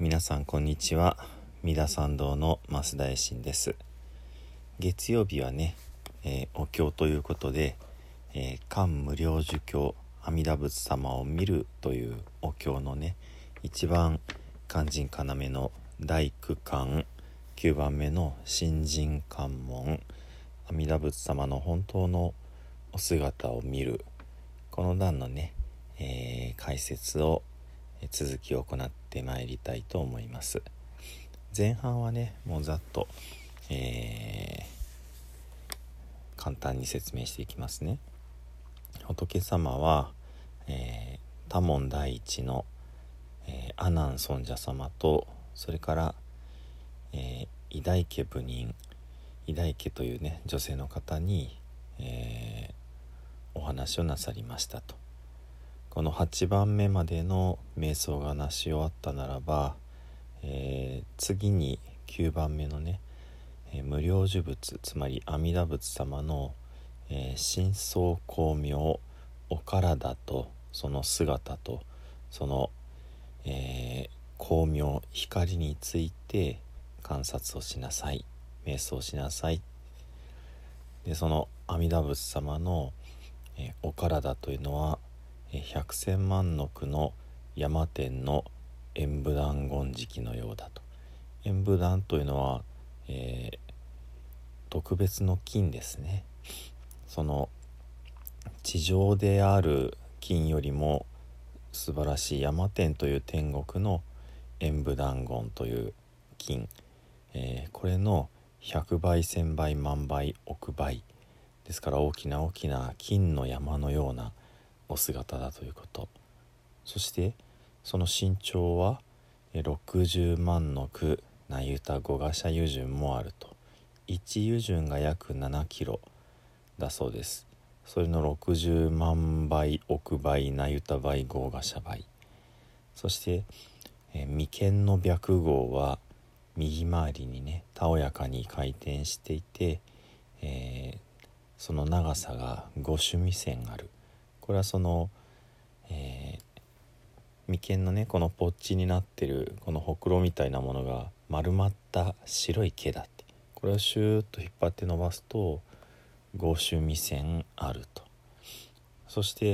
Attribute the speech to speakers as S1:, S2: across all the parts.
S1: 皆さんこんにちは。三田参道の増田衛進です。月曜日はね、お経ということで、漢無量寿経阿弥陀仏様を見るというお経のね、一番肝心要の第9巻9番目の心人関門阿弥陀仏様の本当のお姿を見る、この段のね、解説を続きを行ってまいりたいと思います。前半はねもうざっと、簡単に説明していきますね。仏様は、多聞第一の、阿南尊者様と、それから、伊大家部人、伊大家というね女性の方に、お話をなさりましたと。この8番目までの瞑想がなし終わったならば、次に9番目のね、無量寿仏、つまり阿弥陀仏様の、深層光明お体とその姿とその、光明光について観察をしなさい、瞑想しなさい。でその阿弥陀仏様の、お体というのは百千万の句の山天の円武断言時のようだと。円武断というのは、特別の金ですね。その地上である金よりも素晴らしい山天という天国の円武断言という金、これの100倍千倍万倍億倍ですから、大きな大きな金の山のようなお姿だということ。そしてその身長は60万の句名ゆた五賀社油順もあると。1油順が約7キロだそうです。それの60万倍億倍名ゆた倍五賀社倍。そして眉間の白毫は右回りにねたおやかに回転していて、その長さが5趣味線ある。これはその、眉間のねこのポッチになってるこのほくろみたいなものが丸まった白い毛だって、これをシューッと引っ張って伸ばすと5趣味線あると。そして、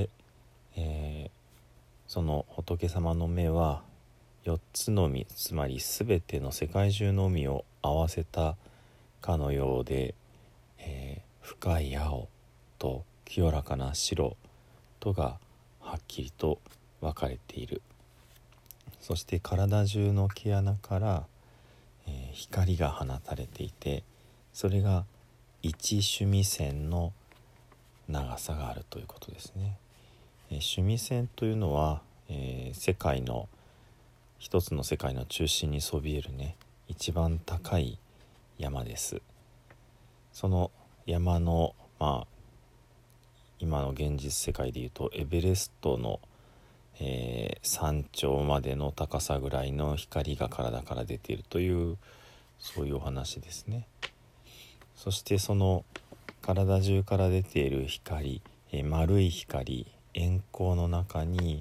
S1: その仏様の目は4つの実、つまり全ての世界中の実を合わせたかのようで、深い青と清らかな白とがはっきりと分かれている。そして体中の毛穴から、光が放たれていて、それが1趣味線の長さがあるということですね。趣味線というのは、世界の一つの世界の中心にそびえるね一番高い山です。その山の今の現実世界でいうとエベレストの、山頂までの高さぐらいの光が体から出ているという、そういうお話ですね。そしてその体中から出ている光、丸い光円光の中に、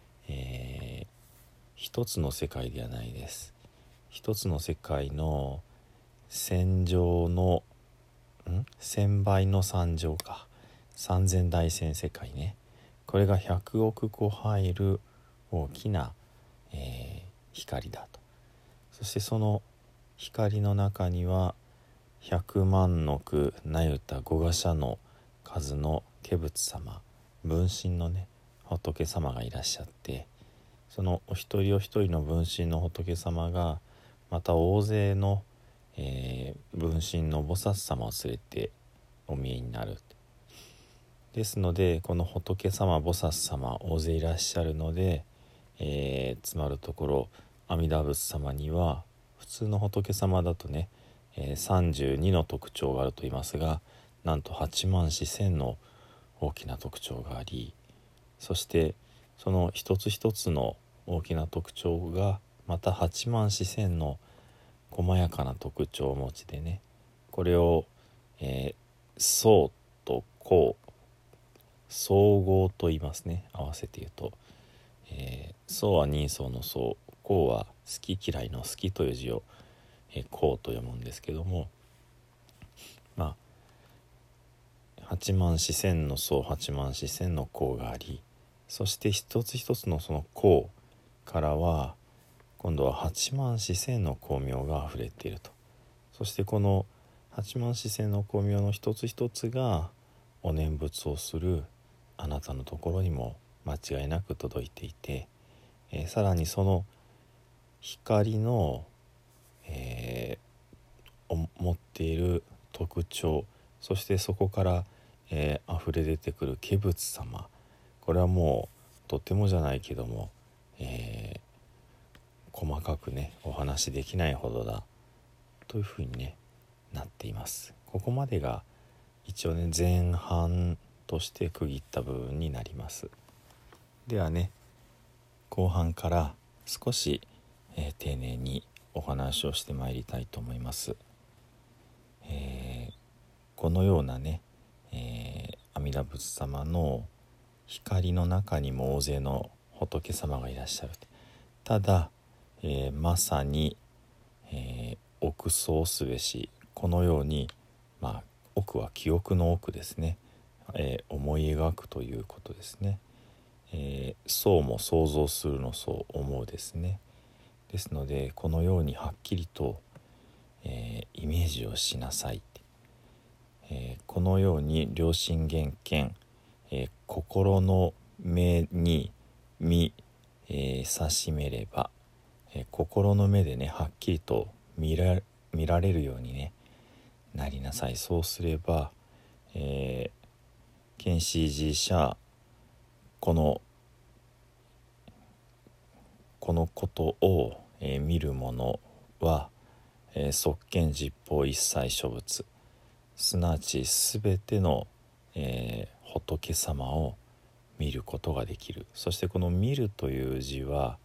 S1: 一つの世界ではないです。一つの世界の千乗の千倍の三乗か、三千大千世界ね、これが100億個入る大きな、光だと。そしてその光の中には100万の句名ゆた五賀社の数の化仏様、分身のね仏様がいらっしゃって、そのお一人お一人の分身の仏様がまた大勢の、分身の菩薩様を連れてお見えになる。ですのでこの仏様菩薩様大勢いらっしゃるので、つまるところ阿弥陀仏様には普通の仏様だとね、32の特徴があると言いますが、なんと8万四千の大きな特徴があり、そしてその一つ一つの大きな特徴がまた8万四千の細やかな特徴をお持ちでね、これを、相と項、総合と言いますね。合わせて言うと、相は人相の相、 好は好き嫌いの好きという字を好と読むんですけども、八幡四川の相、八幡四川の好があり、そして一つ一つのその好からは今度は八幡四川の光明があふれていると。そしてこの八幡四川の光明の一つ一つがお念仏をするあなたのところにも間違いなく届いていて、さらにその光の、持っている特徴、そしてそこから、溢れ出てくる化仏様、これはもうとてもじゃないけども、細かくねお話しできないほどだというふうにねなっています。ここまでが一応ね前半として区切った部分になります。ではね後半から少し、丁寧にお話をしてまいりたいと思います。このようなね、阿弥陀仏様の光の中にも大勢の仏様がいらっしゃる。ただ、まさに、憶想すべし、このように、憶は記憶の憶ですね、思い描くということですね。想も想像するの想、思うですね。ですのでこのようにはっきりと、イメージをしなさい、このように良心元見、心の目に見、さしめれば、心の目でねはっきりと見られるようにねなりなさい。そうすれば、見思持者このことを、見る者は、即見実法一切諸仏、すなわちすべての、仏様を見ることができる。そしてこの見るという字は、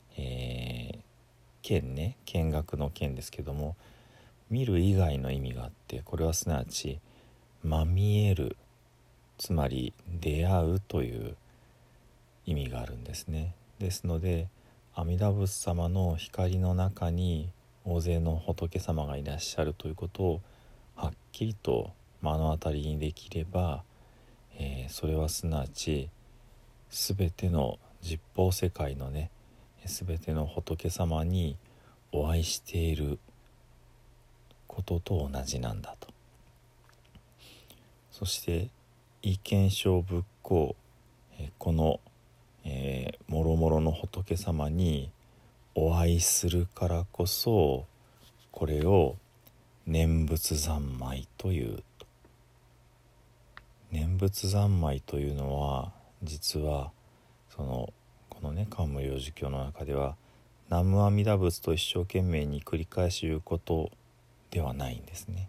S1: 見ね、見学の見ですけども、見る以外の意味があって、これはすなわちまみえる、つまり出会うという意味があるんですね。ですので阿弥陀仏様の光の中に大勢の仏様がいらっしゃるということをはっきりと目の当たりにできれば、それはすなわち全ての十方世界のね全ての仏様にお会いしていることと同じなんだと。そして意見小仏教、このもろもろの仏様にお会いするからこそこれを念仏三昧という。念仏三昧というのは実はこのね漢無量寿経の中では南無阿弥陀仏と一生懸命に繰り返し言うことではないんですね。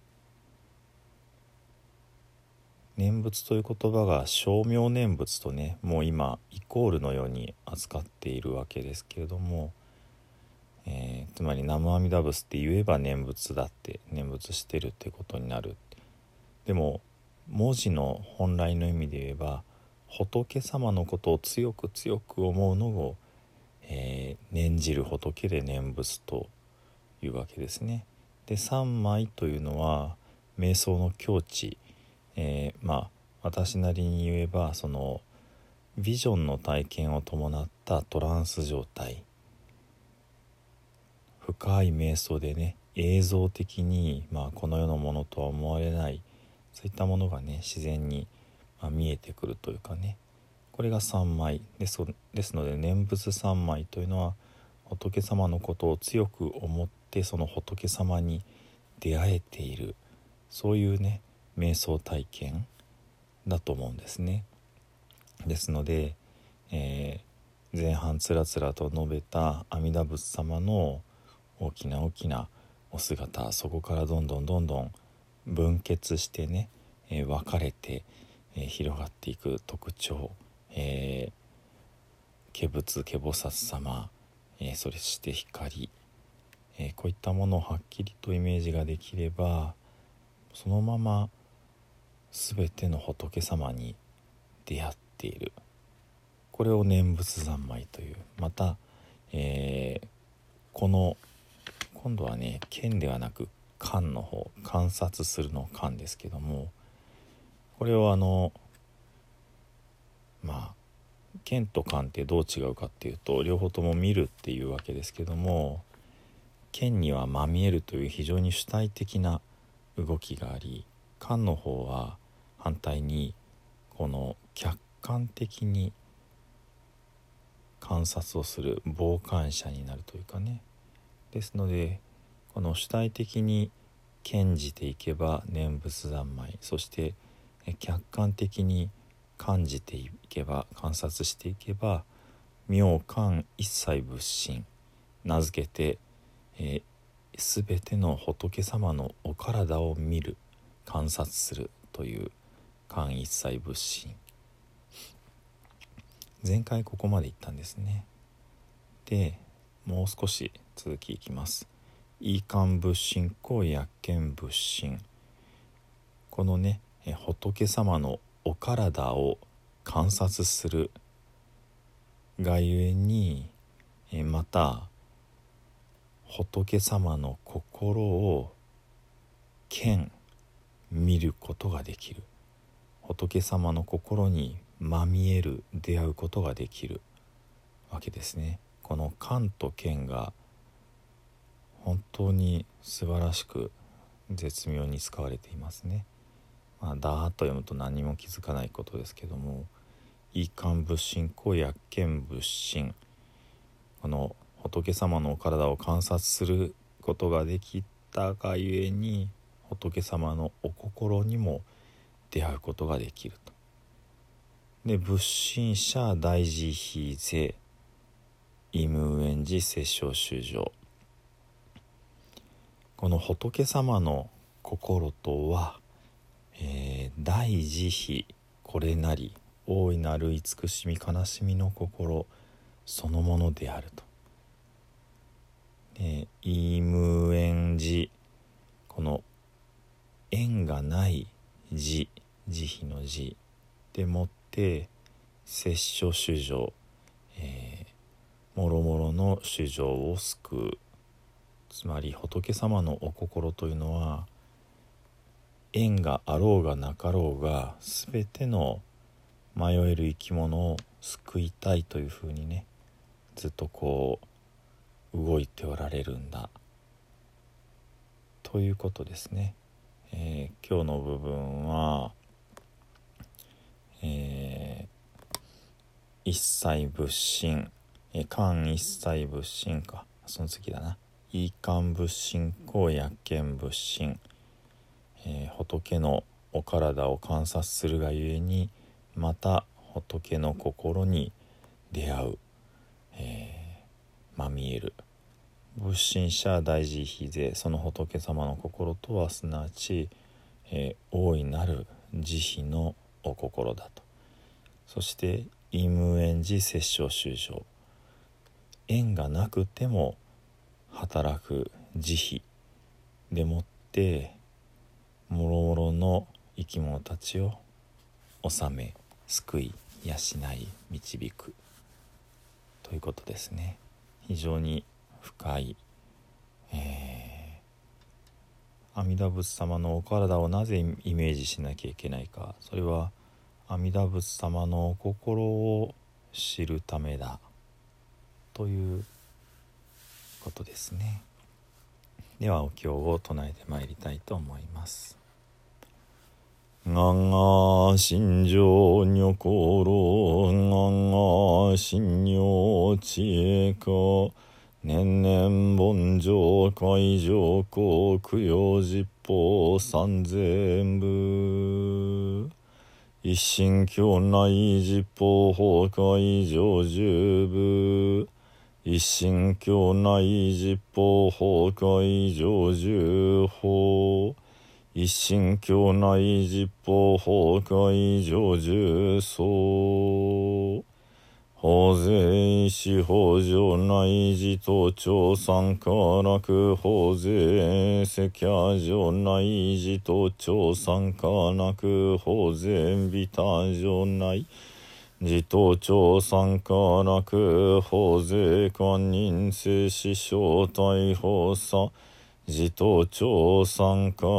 S1: 念仏という言葉が称名念仏とねもう今イコールのように扱っているわけですけれども、つまり南無阿弥陀仏って言えば念仏だって念仏してるってことになる。でも文字の本来の意味で言えば仏様のことを強く強く思うのを、念じる仏で念仏というわけですね。で三昧というのは瞑想の境地、私なりに言えばそのビジョンの体験を伴ったトランス状態、深い瞑想でね映像的に、この世のものとは思われないそういったものがね自然に、見えてくるというかね、これが三昧ですので念仏三昧というのは仏様のことを強く思ってその仏様に出会えている、そういうね瞑想体験だと思うんですね。ですので、前半つらつらと述べた阿弥陀仏様の大きな大きなお姿、そこからどんどん分結してね、分かれて、広がっていく特徴、化仏化菩薩様、そして光、こういったものをはっきりとイメージができればそのまま全ての仏様に出会っている、これを念仏三昧という。また、 今度はね見ではなく観の方、観察するの観ですけども、これを見と観ってどう違うかっていうと、両方とも見るっていうわけですけども、見にはまみえるという非常に主体的な動きがあり、観の方は反対にこの客観的に観察をする傍観者になるというかね。ですのでこの主体的に見じていけば念仏三昧、そして客観的に感じていけば、観察していけば妙観一切仏心、名付けて、全ての仏様のお体を見る、観察するという観一切仏心。前回ここまで言ったんですね。でもう少し続きいきます。い観仏心行薬見仏心、このね仏様のお体を観察するがゆえに、また仏様の心を見ることができる、仏様の心にまみえる、出会うことができるわけですね。この観と見が本当に素晴らしく絶妙に使われていますね。だーっと読むと何も気づかないことですけども、い観仏心行薬見仏心、この仏様のお体を観察することができたがゆえに、仏様のお心にも出会うことができると。で仏心者大慈悲税異無縁寺摂生衆生、この仏様の心とは、大慈悲、これなり大いなる慈しみ悲しみの心そのものであると。異無縁寺、この縁がない慈悲の慈でもって摂生衆生、もろもろの衆生を救う。つまり仏様のお心というのは、縁があろうがなかろうが全ての迷える生き物を救いたいというふうにね、ずっとこう動いておられるんだということですね。今日の部分は、一切仏心、観一切仏心か、その次だな。い観仏心行薬見仏心、仏のお体を観察するがゆえに、また仏の心に出会う、まみえる。仏心者大慈悲で、その仏様の心とはすなわち、大いなる慈悲のお心だと。そして異無縁寺摂生衆生、縁がなくても働く慈悲でもってもろもろの生き物たちを治め救い養い導くということですね。非常に深い、阿弥陀仏様のお体をなぜイメージしなきゃいけないか、それは阿弥陀仏様の心を知るためだということですね。ではお経を唱えてまいりたいと思います。我が心情女心、我が心女知恵か、年々盆上海上皇供養十法三千部、一心教内十法法会上十部、一心教内十法法会上十法、一心教内十法法会上十僧、法税師法上内自等長参加楽法税赤夜上内自等長参加楽法税ビタ上内自頭長参加楽法税官人正師匠逮捕さ自頭長参加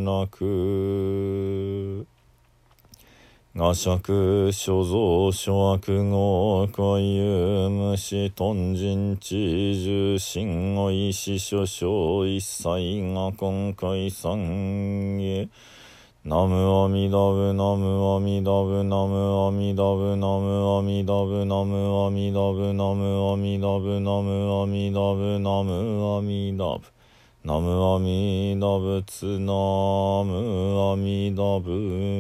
S1: 楽画尺所蔵諸悪語海遊無視頓人知重心お意思諸小一切が今回三へナムアミダブナムアミダブナムアミダブナムアミダブナムアミダブナムアミダブナムアミダブナムアミダブナムアミダブツナムアミダブ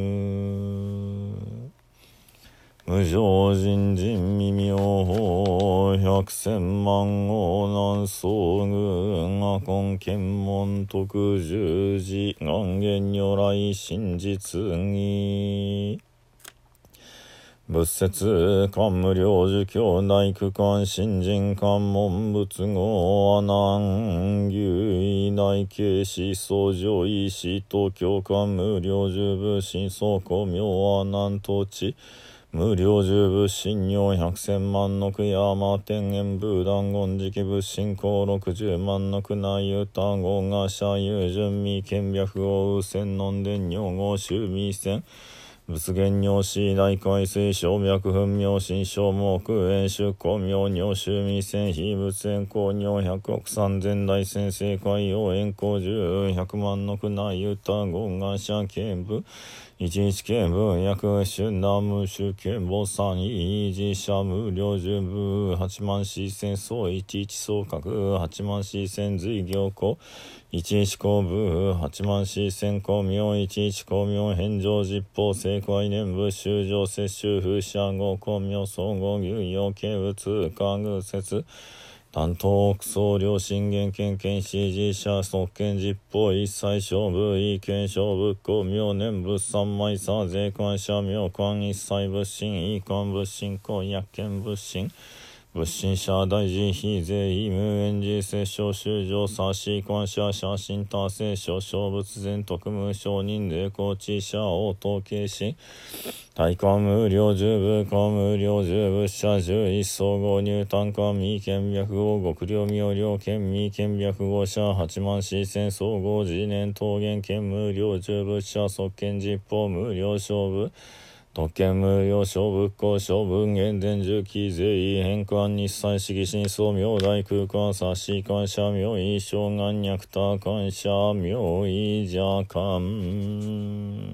S1: 無常人人未妙法百千万王南宋軍阿根検問徳十字願言如来真実義仏説官無量寿教大区間新人官門仏語阿南牛医大慶思想上医師東京官無量寿仏心相公明阿南統治無量寿仏心尿百千万の句山天元武断言時期仏心公60万の句内歌語が社有順未見白王右旋non伝尿号周未線仏言尿子大海水小脈分妙心小木炎出光明尿周未線非仏炎光尿百億三千大先生海洋炎光十百万の句内歌語が社見部一一見分薬春南無宗見坊三位自社無量寿部八万四千総一一総格八万四千随行庫一一公部八万四千公明一一公明返上実法正解念部修上摂取風車後公明総合牛用形物化偶説担当奥総領信玄権権士自社側権実法一切勝負意見勝負公明年物三枚差税関社明関一切物心意関物心公薬権物心物心者大事非税意無縁時摂政修上差し関社写真達成少々仏前特務承認税公知者応答形式大官無料十部官無料十部社十一総合入単官未見白号極量妙量県未見白号社八万四千総合次年桃源県無料十部社側権実法無料勝負特権無料小仏公小文言伝重機税意変換日際式真相明大空間差し感謝明意障眼脈多感謝明意邪感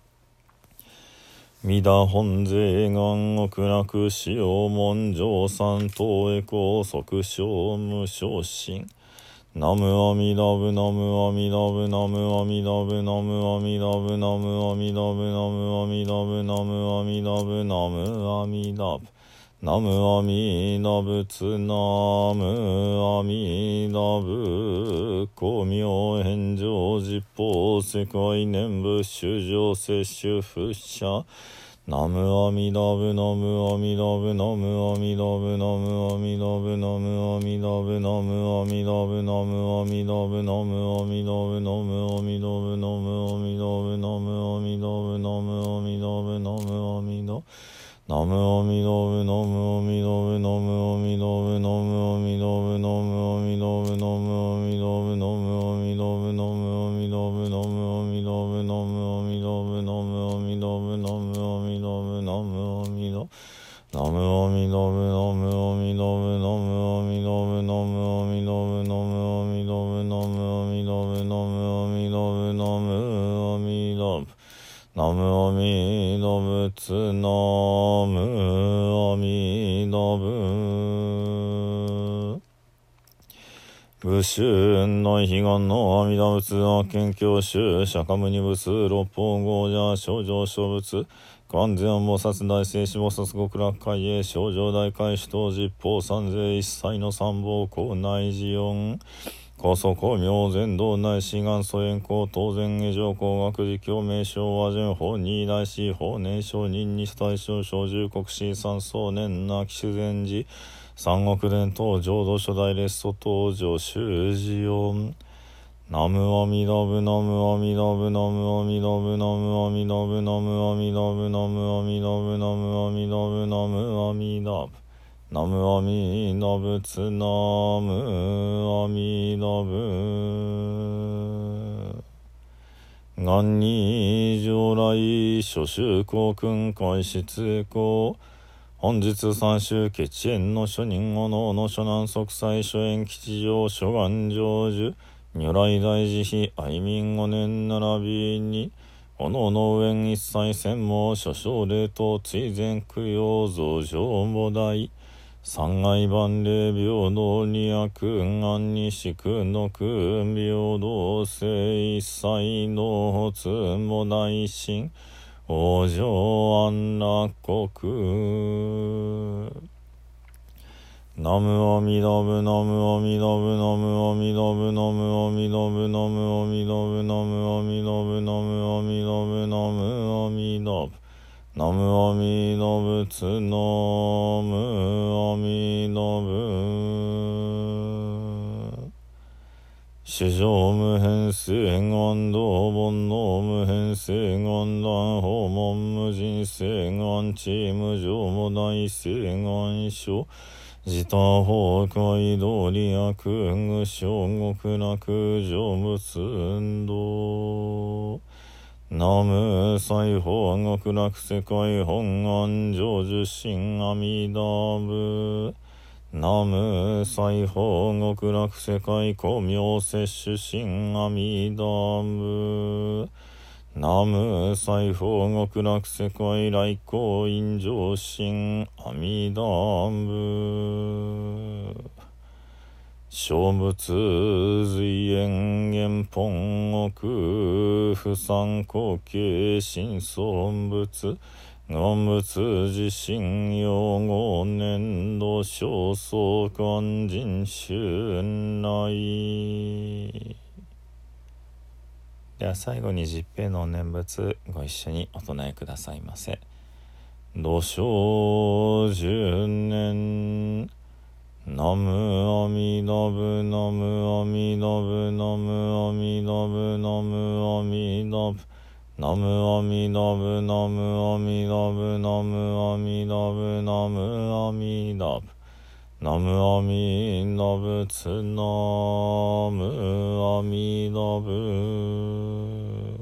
S1: 弥陀本税願極楽使用文上三等へ高速小無昇進ナムアミダブナムアミダブナムアミダブナムアミダブナムアミダブナムアミダブナムアミダブナムアミダブナムアミダブツナムアミダブ光明返上実法世界念仏修上摂取仏者ナムアミダブナムアミダブナムアミダブナムアミダブナムアミダブナムアミダブナムアミダブナムアミダブナムアミダブナムアミダブナムアミダブナムアミダブナムアミダナムアミダブナムアミダブナムアミダブナムアミダブナムアミダブナムアミダブナムアミダブナムアミダブナムアミダブナムアミダブナムアミダブナムアミダブナムアミダナムアミダブナムアミダブナムアミダブナムアミダブナムアミダブナムアミダブナムアミダブナムアミダブナムアミダブツナムアミダブ武州内悲願の阿弥陀仏阿見教宗釈迦牟尼仏六方豪者正常諸仏観世音菩薩大聖子菩薩極楽海へ正常大海主等実法三世一切の三宝校内寺音高祖光明全道内志願祖縁公当然下上工学寺教名称和順法二大師法年少人二大将小十国士三宗年なき修善寺三国伝統浄土初代列祖登場修士音ナムアミダブナムアミダブナムアミダブナムアミダブナムアミダブナムアミダブナムアミダブナムアミダブナムアミダブツナムアミダブガンニ上来諸州公君開出公本日三州決縁の諸人後の諸南息災諸縁吉祥諸願成就如来大慈悲愛民五年並びにおのの上一切専門諸奨礼と追善供養増上母大三愛万礼平等二悪願に宿の空平等性一切のつも大神往生安楽国ナムアミダブナムアミダブナムアミダブナムアミダブナムアミダブナムアミダブナムアミダブナムアミダブナムアミダブツナムアミダブ至上無変性願道煩悩無変性願断訪問無人性願地無常無大性願所自他法界道理悪具小極楽成仏運動ナム西方極楽世界本願成就心阿弥陀仏ナム西方極楽世界光明摂取心阿弥陀仏ナム西方極楽世界来光陰上心阿弥陀仏小仏随縁元本奥不参考形心尊仏願仏自身用語年度少相関人衆内では最後に十平のお念仏ご一緒にお唱えくださいませ。土生十年ナムアミダブナムアミダブナムアミダブナムアミダブナムアミダブナムアミダブナムアミダブナムアミダブナムアミダブツナムアミダブ